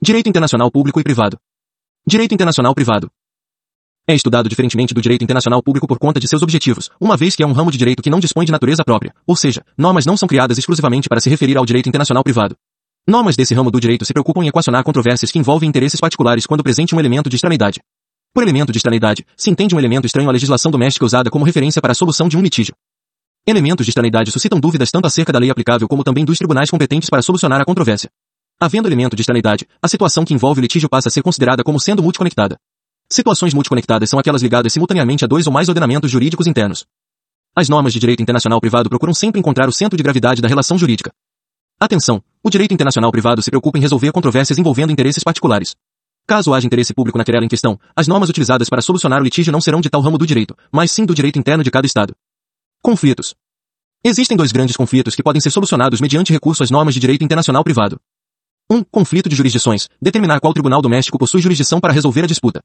Direito internacional público e privado. Direito internacional privado. É estudado diferentemente do direito internacional público por conta de seus objetivos, uma vez que é um ramo de direito que não dispõe de natureza própria, ou seja, normas não são criadas exclusivamente para se referir ao direito internacional privado. Normas desse ramo do direito se preocupam em equacionar controvérsias que envolvem interesses particulares quando presente um elemento de extraneidade. Por elemento de extraneidade, se entende um elemento estranho à legislação doméstica usada como referência para a solução de um litígio. Elementos de extraneidade suscitam dúvidas tanto acerca da lei aplicável como também dos tribunais competentes para solucionar a controvérsia. Havendo elemento de extraneidade, a situação que envolve o litígio passa a ser considerada como sendo multiconectada. Situações multiconectadas são aquelas ligadas simultaneamente a dois ou mais ordenamentos jurídicos internos. As normas de direito internacional privado procuram sempre encontrar o centro de gravidade da relação jurídica. Atenção! O direito internacional privado se preocupa em resolver controvérsias envolvendo interesses particulares. Caso haja interesse público na querela em questão, as normas utilizadas para solucionar o litígio não serão de tal ramo do direito, mas sim do direito interno de cada Estado. Conflitos. Existem dois grandes conflitos que podem ser solucionados mediante recurso às normas de direito internacional privado. 1. Conflito de jurisdições, determinar qual tribunal doméstico possui jurisdição para resolver a disputa.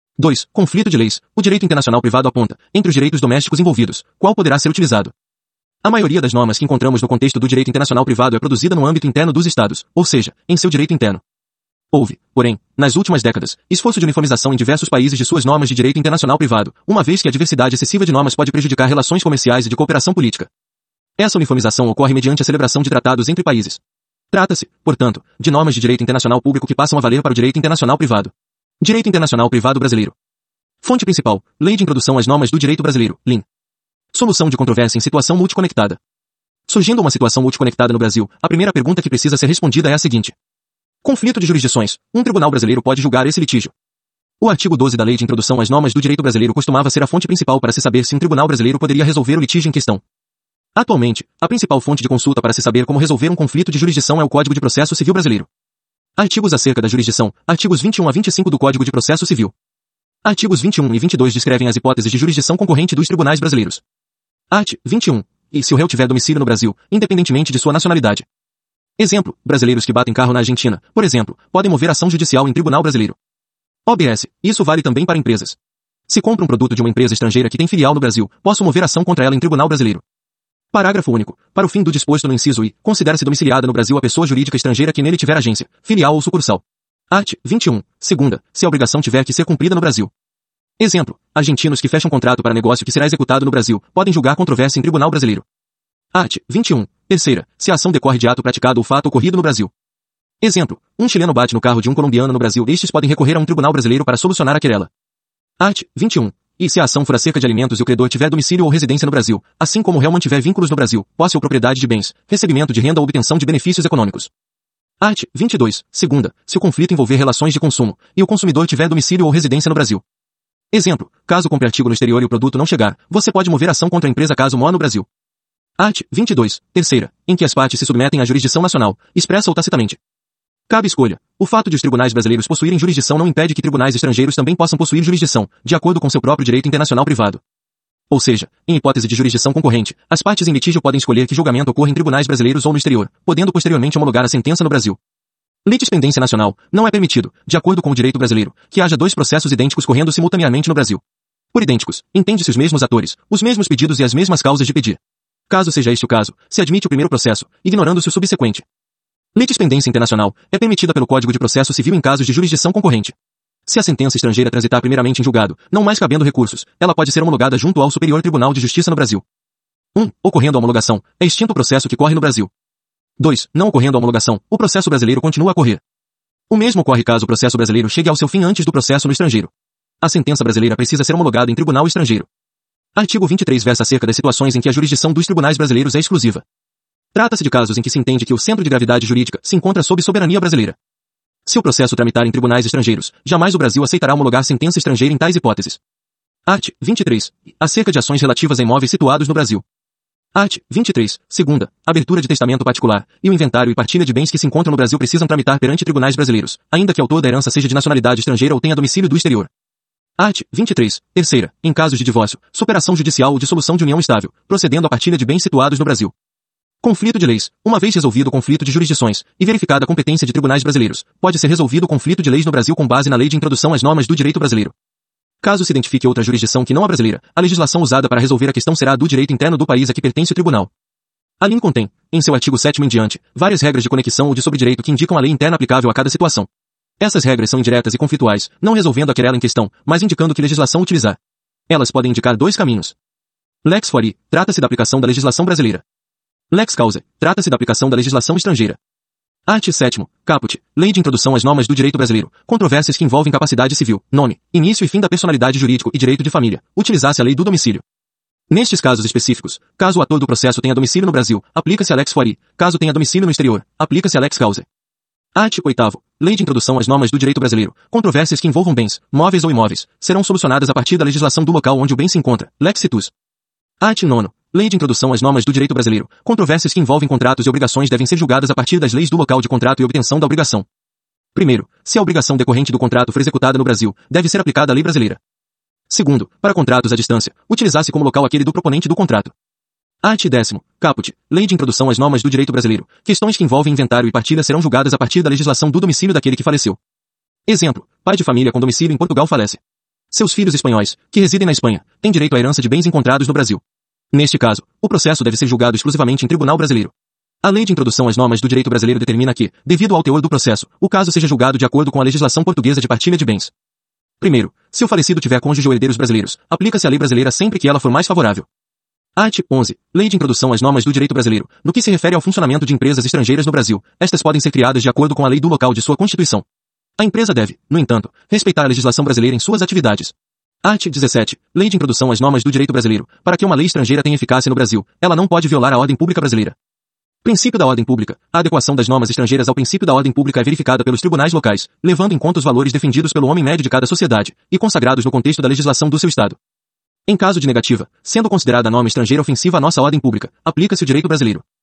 2. Conflito de leis, o direito internacional privado aponta, entre os direitos domésticos envolvidos, qual poderá ser utilizado. A maioria das normas que encontramos no contexto do direito internacional privado é produzida no âmbito interno dos Estados, ou seja, em seu direito interno. Houve, porém, nas últimas décadas, esforço de uniformização em diversos países de suas normas de direito internacional privado, uma vez que a diversidade excessiva de normas pode prejudicar relações comerciais e de cooperação política. Essa uniformização ocorre mediante a celebração de tratados entre países. Trata-se, portanto, de normas de direito internacional público que passam a valer para o direito internacional privado. Direito internacional privado brasileiro. Fonte principal, Lei de Introdução às Normas do Direito Brasileiro, LIN. Solução de controvérsia em situação multiconectada. Surgindo uma situação multiconectada no Brasil, a primeira pergunta que precisa ser respondida é a seguinte. Conflito de jurisdições. Um tribunal brasileiro pode julgar esse litígio. O artigo 12 da Lei de Introdução às Normas do Direito Brasileiro costumava ser a fonte principal para se saber se um tribunal brasileiro poderia resolver o litígio em questão. Atualmente, a principal fonte de consulta para se saber como resolver um conflito de jurisdição é o Código de Processo Civil Brasileiro. Artigos acerca da jurisdição, artigos 21 a 25 do Código de Processo Civil. Artigos 21 e 22 descrevem as hipóteses de jurisdição concorrente dos tribunais brasileiros. Art. 21. E se o réu tiver domicílio no Brasil, independentemente de sua nacionalidade. Exemplo, brasileiros que batem carro na Argentina, por exemplo, podem mover ação judicial em tribunal brasileiro. OBS. Isso vale também para empresas. Se compro um produto de uma empresa estrangeira que tem filial no Brasil, posso mover ação contra ela em tribunal brasileiro. Parágrafo único. Para o fim do disposto no inciso I, considera-se domiciliada no Brasil a pessoa jurídica estrangeira que nele tiver agência, filial ou sucursal. Art. 21. Segunda, se a obrigação tiver que ser cumprida no Brasil. Exemplo, argentinos que fecham contrato para negócio que será executado no Brasil, podem julgar controvérsia em tribunal brasileiro. Art. 21. Terceira, se a ação decorre de ato praticado ou fato ocorrido no Brasil. Exemplo, um chileno bate no carro de um colombiano no Brasil, estes podem recorrer a um tribunal brasileiro para solucionar a querela. Art. 21. E se a ação for acerca de alimentos e o credor tiver domicílio ou residência no Brasil, assim como o réu mantiver vínculos no Brasil, posse ou propriedade de bens, recebimento de renda ou obtenção de benefícios econômicos. Art. 22. Segunda, se o conflito envolver relações de consumo, e o consumidor tiver domicílio ou residência no Brasil. Exemplo, caso compre artigo no exterior e o produto não chegar, você pode mover ação contra a empresa caso mora no Brasil. Art. 22. Terceira, em que as partes se submetem à jurisdição nacional, expressa ou tacitamente. Cabe escolha. O fato de os tribunais brasileiros possuírem jurisdição não impede que tribunais estrangeiros também possam possuir jurisdição, de acordo com seu próprio direito internacional privado. Ou seja, em hipótese de jurisdição concorrente, as partes em litígio podem escolher que julgamento ocorra em tribunais brasileiros ou no exterior, podendo posteriormente homologar a sentença no Brasil. Litispendência nacional. Não é permitido, de acordo com o direito brasileiro, que haja dois processos idênticos correndo simultaneamente no Brasil. Por idênticos, entende-se os mesmos atores, os mesmos pedidos e as mesmas causas de pedir. Caso seja este o caso, se admite o primeiro processo, ignorando-se o subsequente. Litispendência internacional é permitida pelo Código de Processo Civil em casos de jurisdição concorrente. Se a sentença estrangeira transitar primeiramente em julgado, não mais cabendo recursos, ela pode ser homologada junto ao Superior Tribunal de Justiça no Brasil. 1. Ocorrendo a homologação, é extinto o processo que corre no Brasil. 2. Não ocorrendo a homologação, o processo brasileiro continua a correr. O mesmo ocorre caso o processo brasileiro chegue ao seu fim antes do processo no estrangeiro. A sentença brasileira precisa ser homologada em tribunal estrangeiro. Artigo 23 versa acerca das situações em que a jurisdição dos tribunais brasileiros é exclusiva. Trata-se de casos em que se entende que o centro de gravidade jurídica se encontra sob soberania brasileira. Se o processo tramitar em tribunais estrangeiros, jamais o Brasil aceitará homologar sentença estrangeira em tais hipóteses. Art. 23. Acerca de ações relativas a imóveis situados no Brasil. Art. 23. Segunda, abertura de testamento particular, e o inventário e partilha de bens que se encontram no Brasil precisam tramitar perante tribunais brasileiros, ainda que o autor da herança seja de nacionalidade estrangeira ou tenha domicílio do exterior. Art. 23. Terceira, em casos de divórcio, superação judicial ou dissolução de união estável, procedendo à partilha de bens situados no Brasil. Conflito de leis. Uma vez resolvido o conflito de jurisdições, e verificada a competência de tribunais brasileiros, pode ser resolvido o conflito de leis no Brasil com base na Lei de Introdução às Normas do Direito Brasileiro. Caso se identifique outra jurisdição que não a brasileira, a legislação usada para resolver a questão será a do direito interno do país a que pertence o tribunal. A LIN contém, em seu artigo 7º em diante, várias regras de conexão ou de sobredireito que indicam a lei interna aplicável a cada situação. Essas regras são indiretas e conflituais, não resolvendo a querela em questão, mas indicando que legislação utilizar. Elas podem indicar dois caminhos. Lex fori, trata-se da aplicação da legislação brasileira. Lex causa, trata-se da aplicação da legislação estrangeira. Art. 7º, caput, Lei de Introdução às Normas do Direito Brasileiro, controvérsias que envolvem capacidade civil, nome, início e fim da personalidade jurídico e direito de família, utilizasse a lei do domicílio. Nestes casos específicos, caso o ator do processo tenha domicílio no Brasil, aplica-se a lex fori, caso tenha domicílio no exterior, aplica-se a lex causa. Art. 8º, Lei de Introdução às Normas do Direito Brasileiro, controvérsias que envolvam bens, móveis ou imóveis, serão solucionadas a partir da legislação do local onde o bem se encontra, lex situs. Art. 9º, Lei de Introdução às Normas do Direito Brasileiro, controvérsias que envolvem contratos e obrigações devem ser julgadas a partir das leis do local de contrato e obtenção da obrigação. Primeiro, se a obrigação decorrente do contrato for executada no Brasil, deve ser aplicada a lei brasileira. Segundo, para contratos à distância, utilizar-se como local aquele do proponente do contrato. Art. 10º, caput, Lei de Introdução às Normas do Direito Brasileiro, questões que envolvem inventário e partilha serão julgadas a partir da legislação do domicílio daquele que faleceu. Exemplo, pai de família com domicílio em Portugal falece. Seus filhos espanhóis, que residem na Espanha, têm direito à herança de bens encontrados no Brasil. Neste caso, o processo deve ser julgado exclusivamente em tribunal brasileiro. A Lei de Introdução às Normas do Direito Brasileiro determina que, devido ao teor do processo, o caso seja julgado de acordo com a legislação portuguesa de partilha de bens. Primeiro, se o falecido tiver cônjuge ou herdeiros brasileiros, aplica-se a lei brasileira sempre que ela for mais favorável. Art. 11. Lei de Introdução às Normas do Direito Brasileiro. No que se refere ao funcionamento de empresas estrangeiras no Brasil, estas podem ser criadas de acordo com a lei do local de sua constituição. A empresa deve, no entanto, respeitar a legislação brasileira em suas atividades. Art. 17. Lei de Introdução às Normas do Direito Brasileiro. Para que uma lei estrangeira tenha eficácia no Brasil, ela não pode violar a ordem pública brasileira. Princípio da ordem pública. A adequação das normas estrangeiras ao princípio da ordem pública é verificada pelos tribunais locais, levando em conta os valores defendidos pelo homem médio de cada sociedade, e consagrados no contexto da legislação do seu Estado. Em caso de negativa, sendo considerada a norma estrangeira ofensiva à nossa ordem pública, aplica-se o direito brasileiro.